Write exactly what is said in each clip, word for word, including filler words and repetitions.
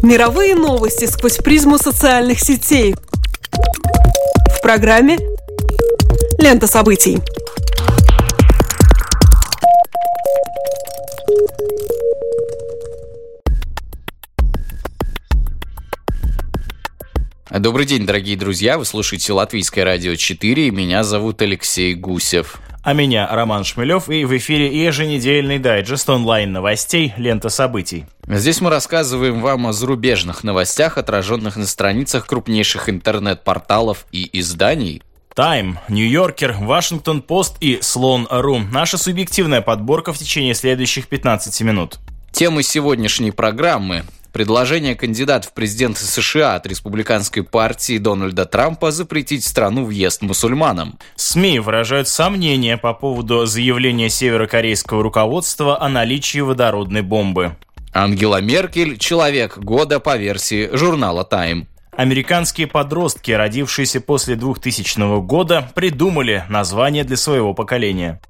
Мировые новости сквозь призму социальных сетей. В программе «Лента событий». Добрый день, дорогие друзья. Вы слушаете Латвийское радио четыре, и меня зовут Алексей Гусев. А меня Роман Шмелев, и в эфире еженедельный дайджест онлайн-новостей «Лента событий». Здесь мы рассказываем вам о зарубежных новостях, отраженных на страницах крупнейших интернет-порталов и изданий. Time, Нью-Йоркер, Вашингтон-Пост и Слон.ру. Наша субъективная подборка в течение следующих пятнадцати минут. Темы сегодняшней программы: предложение кандидата в президенты США от республиканской партии Дональда Трампа запретить в страну въезд мусульманам. СМИ выражают сомнения по поводу заявления северокорейского руководства о наличии водородной бомбы. Ангела Меркель – человек года по версии журнала Time. Американские подростки, родившиеся после двухтысячного года, придумали название для своего поколения.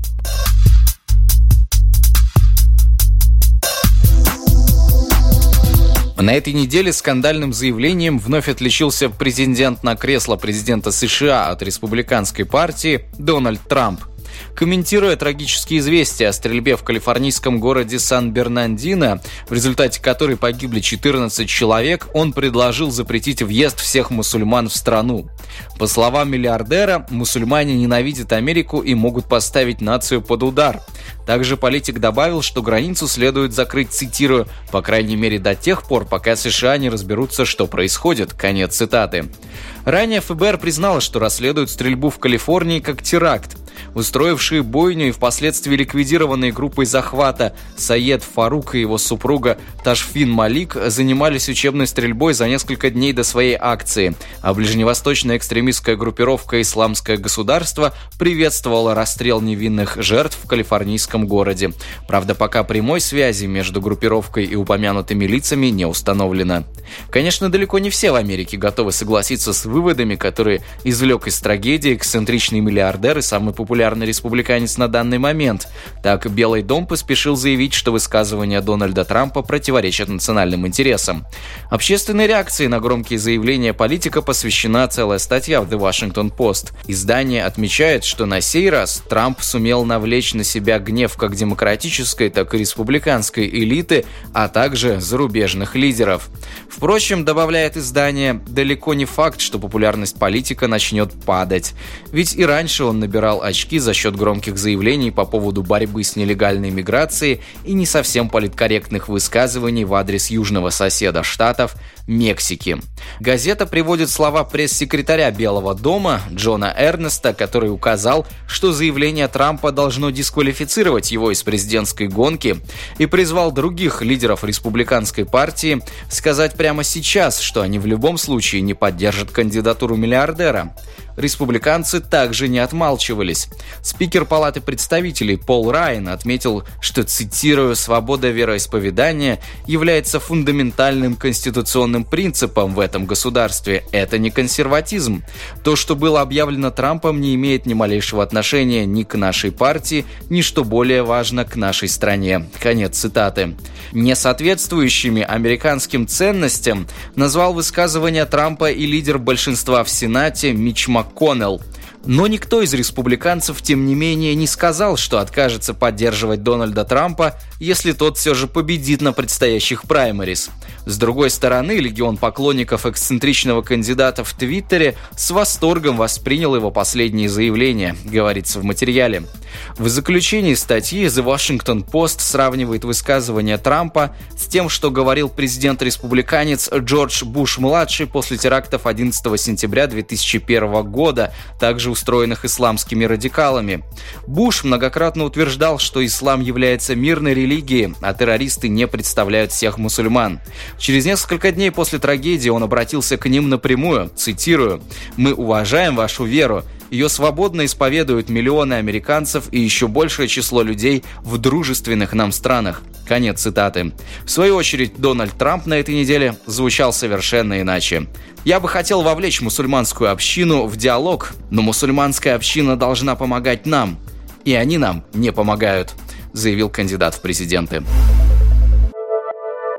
На этой неделе скандальным заявлением вновь отличился претендент на кресло президента США от республиканской партии Дональд Трамп. Комментируя трагические известия о стрельбе в калифорнийском городе Сан-Бернардино, в результате которой погибли четырнадцать человек, он предложил запретить въезд всех мусульман в страну. По словам миллиардера, мусульмане ненавидят Америку и могут поставить нацию под удар. Также политик добавил, что границу следует закрыть, цитирую, «по крайней мере до тех пор, пока США не разберутся, что происходит». Конец цитаты. Ранее эф бэ эр признало, что расследует стрельбу в Калифорнии как теракт. Устроившие бойню и впоследствии ликвидированные группой захвата Саед Фарук и его супруга Ташфин Малик занимались учебной стрельбой за несколько дней до своей акции, а ближневосточная экстремистская группировка «Исламское государство» приветствовала расстрел невинных жертв в калифорнийском городе. Правда, пока прямой связи между группировкой и упомянутыми лицами не установлено. Конечно, далеко не все в Америке готовы согласиться с выводами, которые извлек из трагедии эксцентричный миллиардер и самый популярный республиканец на данный момент. Так, Белый дом поспешил заявить, что высказывания Дональда Трампа противоречат национальным интересам. Общественной реакцией на громкие заявления политика посвящена целая статья в The Washington Post. Издание отмечает, что на сей раз Трамп сумел навлечь на себя гнев как демократической, так и республиканской элиты, а также зарубежных лидеров. Впрочем, добавляет издание, далеко не факт, что популярность политика начнет падать. Ведь и раньше он набирал очки за счет громких заявлений по поводу борьбы с нелегальной миграцией и не совсем политкорректных высказываний в адрес южного соседа штатов Мексики. Газета приводит слова пресс-секретаря Белого дома Джона Эрнеста, который указал, что заявление Трампа должно дисквалифицировать его из президентской гонки, и призвал других лидеров республиканской партии сказать прямо сейчас, что они в любом случае не поддержат кандидатуру миллиардера. Республиканцы также не отмалчивались. Спикер Палаты представителей Пол Райан отметил, что, цитирую, «свобода вероисповедания является фундаментальным конституционным принципом в этом государстве. Это не консерватизм. То, что было объявлено Трампом, не имеет ни малейшего отношения ни к нашей партии, ни, что более важно, к нашей стране». Конец цитаты. Несоответствующими американским ценностям назвал высказывания Трампа и лидер большинства в Сенате Митч МакКоннелл. Но никто из республиканцев, тем не менее, не сказал, что откажется поддерживать Дональда Трампа, если тот все же победит на предстоящих праймерис. С другой стороны, легион поклонников эксцентричного кандидата в Твиттере с восторгом воспринял его последние заявления, говорится в материале. В заключении статьи The Washington Post сравнивает высказывания Трампа с тем, что говорил президент-республиканец Джордж Буш-младший после терактов одиннадцатого сентября две тысячи первого года, также устроенных исламскими радикалами. Буш многократно утверждал, что ислам является мирной религией, а террористы не представляют всех мусульман. Через несколько дней после трагедии он обратился к ним напрямую, цитирую, «Мы уважаем вашу веру. Ее свободно исповедуют миллионы американцев и еще большее число людей в дружественных нам странах». Конец цитаты. В свою очередь, Дональд Трамп на этой неделе звучал совершенно иначе. «Я бы хотел вовлечь мусульманскую общину в диалог, но мусульманская община должна помогать нам, и они нам не помогают», заявил кандидат в президенты.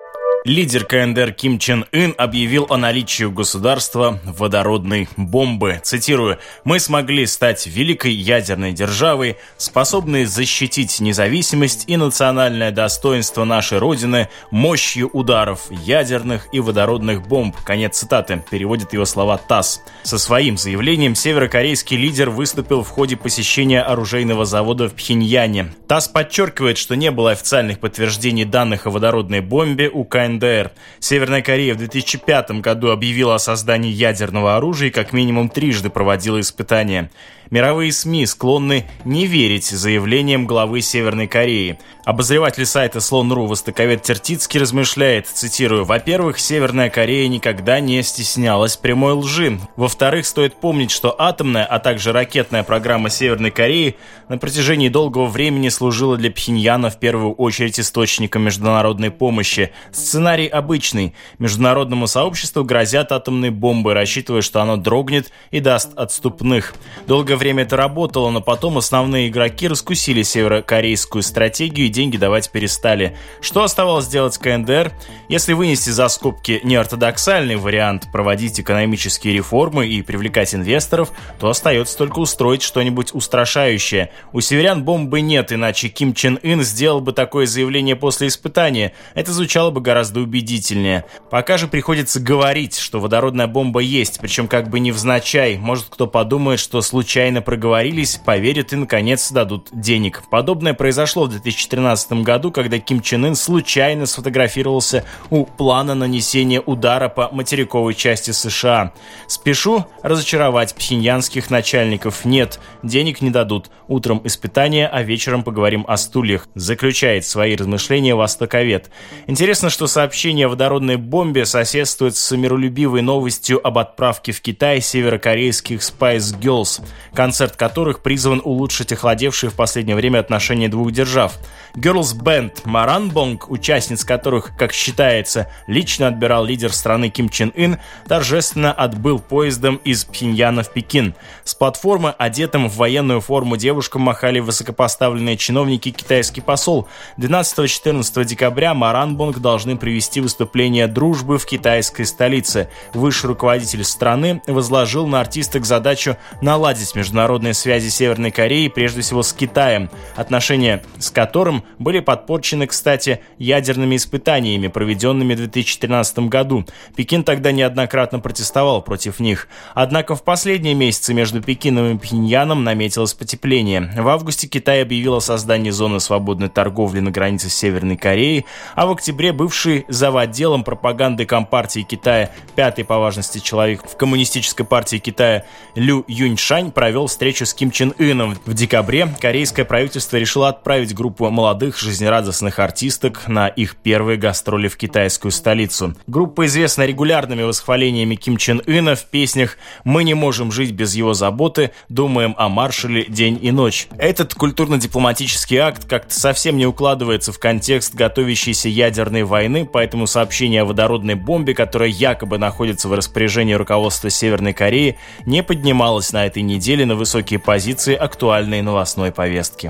Лидер ка эн дэ эр Ким Чен Ын объявил о наличии у государства водородной бомбы. Цитирую: «Мы смогли стать великой ядерной державой, способной защитить независимость и национальное достоинство нашей Родины мощью ударов ядерных и водородных бомб». Конец цитаты. Переводит его слова ТАСС. Со своим заявлением северокорейский лидер выступил в ходе посещения оружейного завода в Пхеньяне. ТАСС подчеркивает, что не было официальных подтверждений данных о водородной бомбе у ка эн дэ эр. Северная Корея в две тысячи пятом году объявила о создании ядерного оружия и как минимум трижды проводила испытания. Мировые СМИ склонны не верить заявлениям главы Северной Кореи. Обозреватель сайта слон точка ру Востоковед Тертицкий размышляет, цитирую: «Во-первых, Северная Корея никогда не стеснялась прямой лжи. Во-вторых, стоит помнить, что атомная, а также ракетная программа Северной Кореи на протяжении долгого времени служила для Пхеньяна в первую очередь источником международной помощи. Сценарий обычный. Международному сообществу грозят атомные бомбы, рассчитывая, что оно дрогнет и даст отступных. Долгое время это работало, но потом основные игроки раскусили северокорейскую стратегию и деньги давать перестали. Что оставалось делать ка эн дэ эр? Если вынести за скобки неортодоксальный вариант проводить экономические реформы и привлекать инвесторов, то остается только устроить что-нибудь устрашающее. У северян бомбы нет, иначе Ким Чен Ын сделал бы такое заявление после испытания. Это звучало бы гораздо убедительнее. Пока же приходится говорить, что водородная бомба есть, причем как бы невзначай. Может, кто подумает, что случайно проговорились, поверят и, наконец, дадут денег. Подобное произошло в две тысячи тринадцатом году, когда Ким Чен Ын случайно сфотографировался у плана нанесения удара по материковой части США. «Спешу разочаровать пхеньянских начальников. Нет, денег не дадут. Утром испытания, а вечером поговорим о стульях», заключает свои размышления востоковед. Интересно, что сообщение о водородной бомбе соседствует с миролюбивой новостью об отправке в Китай северокорейских Spice Girls, концерт которых призван улучшить охладевшие в последнее время отношения двух держав. Girls Band Маранбонг, участниц которых, как считается, лично отбирал лидер страны Ким Чен Ын, торжественно отбыл поездом из Пхеньяна в Пекин. С платформы, одетым в военную форму девушкам, махали высокопоставленные чиновники и китайский посол. двенадцатого-четырнадцатого декабря Маранбонг должны провести выступление дружбы в китайской столице. Высший руководитель страны возложил на артисток задачу наладить международные связи Северной Кореи, прежде всего с Китаем, отношения с которым были подпорчены, кстати, ядерными испытаниями, проведенными в две тысячи тринадцатом году. Пекин тогда неоднократно протестовал против них. Однако в последние месяцы между Пекином и Пхеньяном наметилось потепление. В августе Китай объявил о создании зоны свободной торговли на границе с Северной Кореей, а в октябре бывший завотделом пропаганды Компартии Китая, пятый по важности человек в Коммунистической партии Китая, Лю Юньшань провел встречу с Ким Чен Ыном. В декабре корейское правительство решило отправить группу молодых жизнерадостных артисток на их первые гастроли в китайскую столицу. Группа известна регулярными восхвалениями Ким Чен Ына в песнях «Мы не можем жить без его заботы», «Думаем о маршале день и ночь». Этот культурно-дипломатический акт как-то совсем не укладывается в контекст готовящейся ядерной войны, поэтому сообщение о водородной бомбе, которая якобы находится в распоряжении руководства Северной Кореи, не поднималось на этой неделе на высокие позиции актуальной новостной повестки.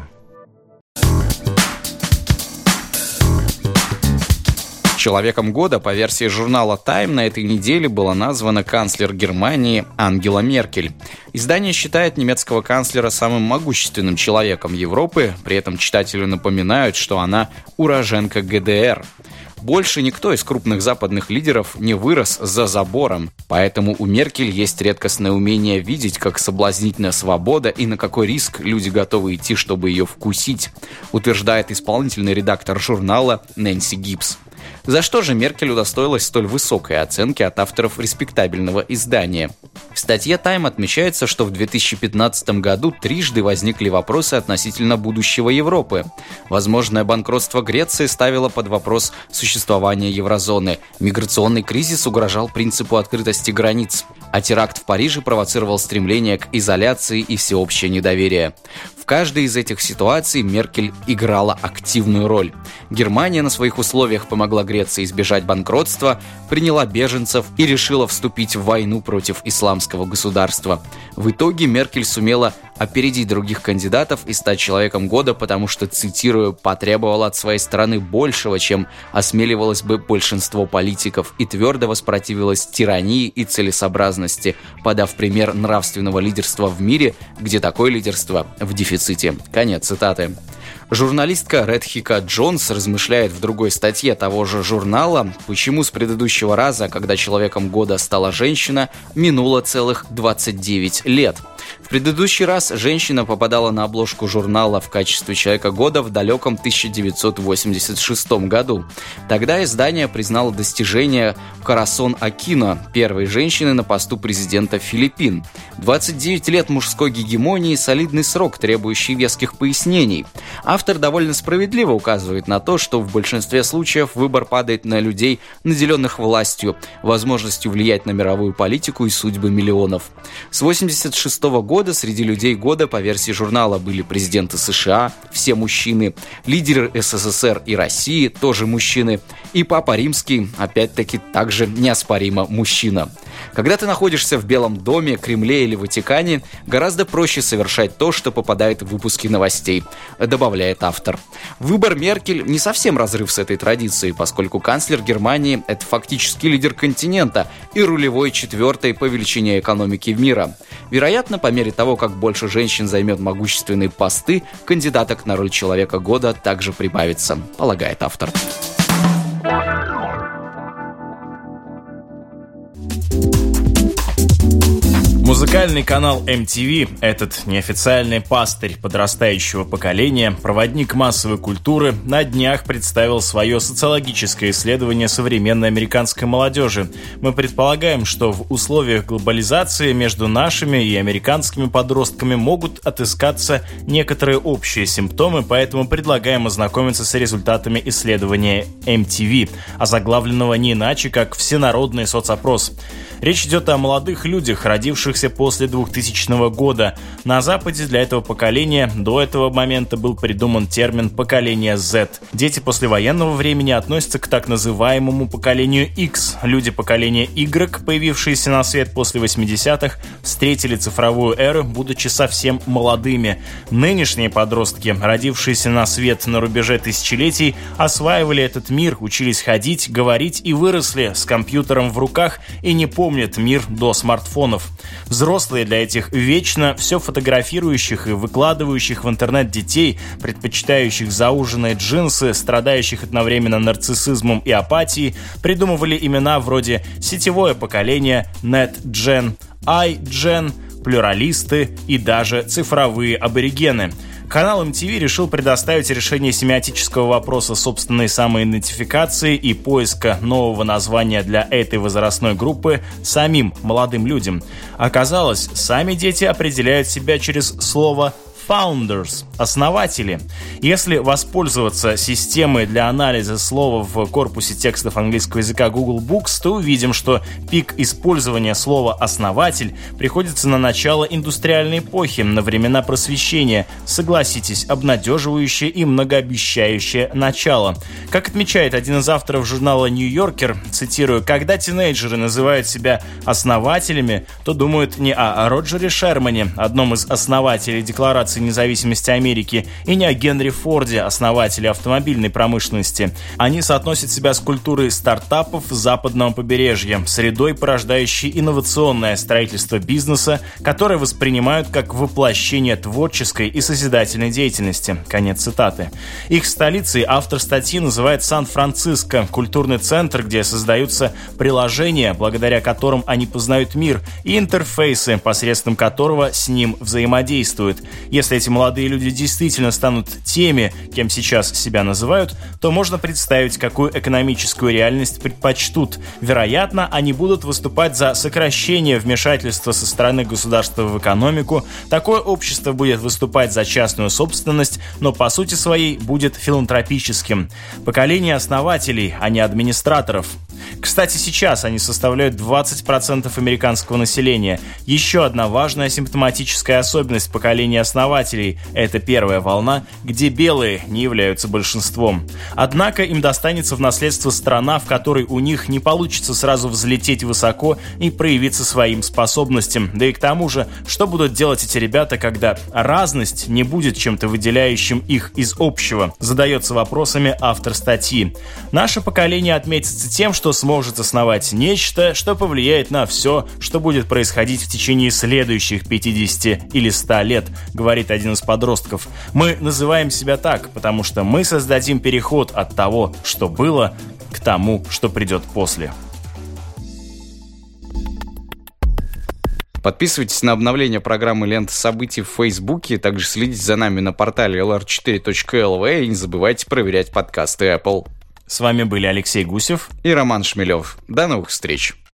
Человеком года по версии журнала Time на этой неделе была названа канцлер Германии Ангела Меркель. Издание считает немецкого канцлера самым могущественным человеком Европы, при этом читателю напоминают, что она уроженка гэ дэ эр. Больше никто из крупных западных лидеров не вырос за забором, поэтому у Меркель есть редкостное умение видеть, как соблазнительна свобода и на какой риск люди готовы идти, чтобы ее вкусить, утверждает исполнительный редактор журнала Нэнси Гибс. За что же Меркель удостоилась столь высокой оценки от авторов респектабельного издания? В статье Time отмечается, что в две тысячи пятнадцатом году трижды возникли вопросы относительно будущего Европы. Возможное банкротство Греции ставило под вопрос существование еврозоны. Миграционный кризис угрожал принципу открытости границ. А теракт в Париже провоцировал стремление к изоляции и всеобщее недоверие. В каждой из этих ситуаций Меркель играла активную роль. Германия на своих условиях помогла Греции избежать банкротства, приняла беженцев и решила вступить в войну против исламского государства. В итоге Меркель сумела опередить других кандидатов и стать человеком года, потому что, цитирую, потребовала от своей страны большего, чем осмеливалось бы большинство политиков, и твердо воспротивилась тирании и целесообразности, подав пример нравственного лидерства в мире, где такое лидерство в дефиците. Конец цитаты. Журналистка Редхика Джонс размышляет в другой статье того же журнала, почему с предыдущего раза, когда человеком года стала женщина, минуло целых двадцать девять лет. В предыдущий раз женщина попадала на обложку журнала в качестве человека года в далеком тысяча девятьсот восемьдесят шестом году. Тогда издание признало достижение Корасон Акино, первой женщины на посту президента Филиппин. двадцать девять лет мужской гегемонии – солидный срок, требующий веских пояснений. Автор довольно справедливо указывает на то, что в большинстве случаев выбор падает на людей, наделенных властью, возможностью влиять на мировую политику и судьбы миллионов. С восемьдесят шестого года среди людей года по версии журнала были президенты США, все мужчины, лидеры СССР и России, тоже мужчины, и Папа Римский, опять-таки, также неоспоримо мужчина. Когда ты находишься в Белом доме, Кремле или Ватикане, гораздо проще совершать то, что попадает в выпуски новостей, добавляет автор. Выбор Меркель не совсем разрыв с этой традицией, поскольку канцлер Германии – это фактически лидер континента и рулевой четвертой по величине экономики мира. Вероятно, по мере того, как больше женщин займет могущественные посты, кандидаток на роль человека года также прибавится, полагает автор. Музыкальный канал эм ти ви, этот неофициальный пастырь подрастающего поколения, проводник массовой культуры, на днях представил свое социологическое исследование современной американской молодежи. Мы предполагаем, что в условиях глобализации между нашими и американскими подростками могут отыскаться некоторые общие симптомы, поэтому предлагаем ознакомиться с результатами исследования эм ти ви, озаглавленного не иначе, как «Всенародный соцопрос». Речь идет о молодых людях, родившихся после двухтысячного года. На Западе для этого поколения до этого момента был придуман термин «поколение Z». Дети послевоенного времени относятся к так называемому поколению X. Люди поколения Y, появившиеся на свет после восьмидесятых, встретили цифровую эру, будучи совсем молодыми. Нынешние подростки, родившиеся на свет на рубеже тысячелетий, осваивали этот мир, учились ходить, говорить и выросли с компьютером в руках и не помнят мир до смартфонов. Взрослые для этих вечно все фотографирующих и выкладывающих в интернет детей, предпочитающих зауженные джинсы, страдающих одновременно нарциссизмом и апатией, придумывали имена вроде «сетевое поколение», «NetGen», «iGen», «плюралисты» и даже «цифровые аборигены». Канал эм ти ви решил предоставить решение семиотического вопроса собственной самоидентификации и поиска нового названия для этой возрастной группы самим молодым людям. Оказалось, сами дети определяют себя через слово Founders – основатели. Если воспользоваться системой для анализа слова в корпусе текстов английского языка Google Books, то увидим, что пик использования слова «основатель» приходится на начало индустриальной эпохи, на времена просвещения. Согласитесь, обнадеживающее и многообещающее начало. Как отмечает один из авторов журнала «Нью-Йоркер», цитирую, «когда тинейджеры называют себя основателями, то думают не о Роджере Шермане, одном из основателей Декларации независимости Америки, и не о Генри Форде, основателе автомобильной промышленности. Они соотносят себя с культурой стартапов западного побережья, средой, порождающей инновационное строительство бизнеса, которое воспринимают как воплощение творческой и созидательной деятельности». Конец цитаты. Их столицей автор статьи называет Сан-Франциско, культурный центр, где создаются приложения, благодаря которым они познают мир, и интерфейсы, посредством которого с ним взаимодействуют. Если эти молодые люди действительно станут теми, кем сейчас себя называют, то можно представить, какую экономическую реальность предпочтут. Вероятно, они будут выступать за сокращение вмешательства со стороны государства в экономику. Такое общество будет выступать за частную собственность, но по сути своей будет филантропическим. Поколение основателей, а не администраторов. Кстати, сейчас они составляют двадцать процентов американского населения. Еще одна важная симптоматическая особенность поколения основателей – это первая волна, где белые не являются большинством. Однако им достанется в наследство страна, в которой у них не получится сразу взлететь высоко и проявиться своим способностям. Да и к тому же, что будут делать эти ребята, когда разность не будет чем-то выделяющим их из общего, задается вопросами автор статьи. Наше поколение отметится тем, что сможет может основать нечто, что повлияет на все, что будет происходить в течение следующих пятидесяти или ста лет, говорит один из подростков. Мы называем себя так, потому что мы создадим переход от того, что было, к тому, что придет после. Подписывайтесь на обновление программы «Лента событий» в Фейсбуке, также следите за нами на портале эл эр четыре точка эл ви и не забывайте проверять подкасты Apple. С вами были Алексей Гусев и Роман Шмелев. До новых встреч!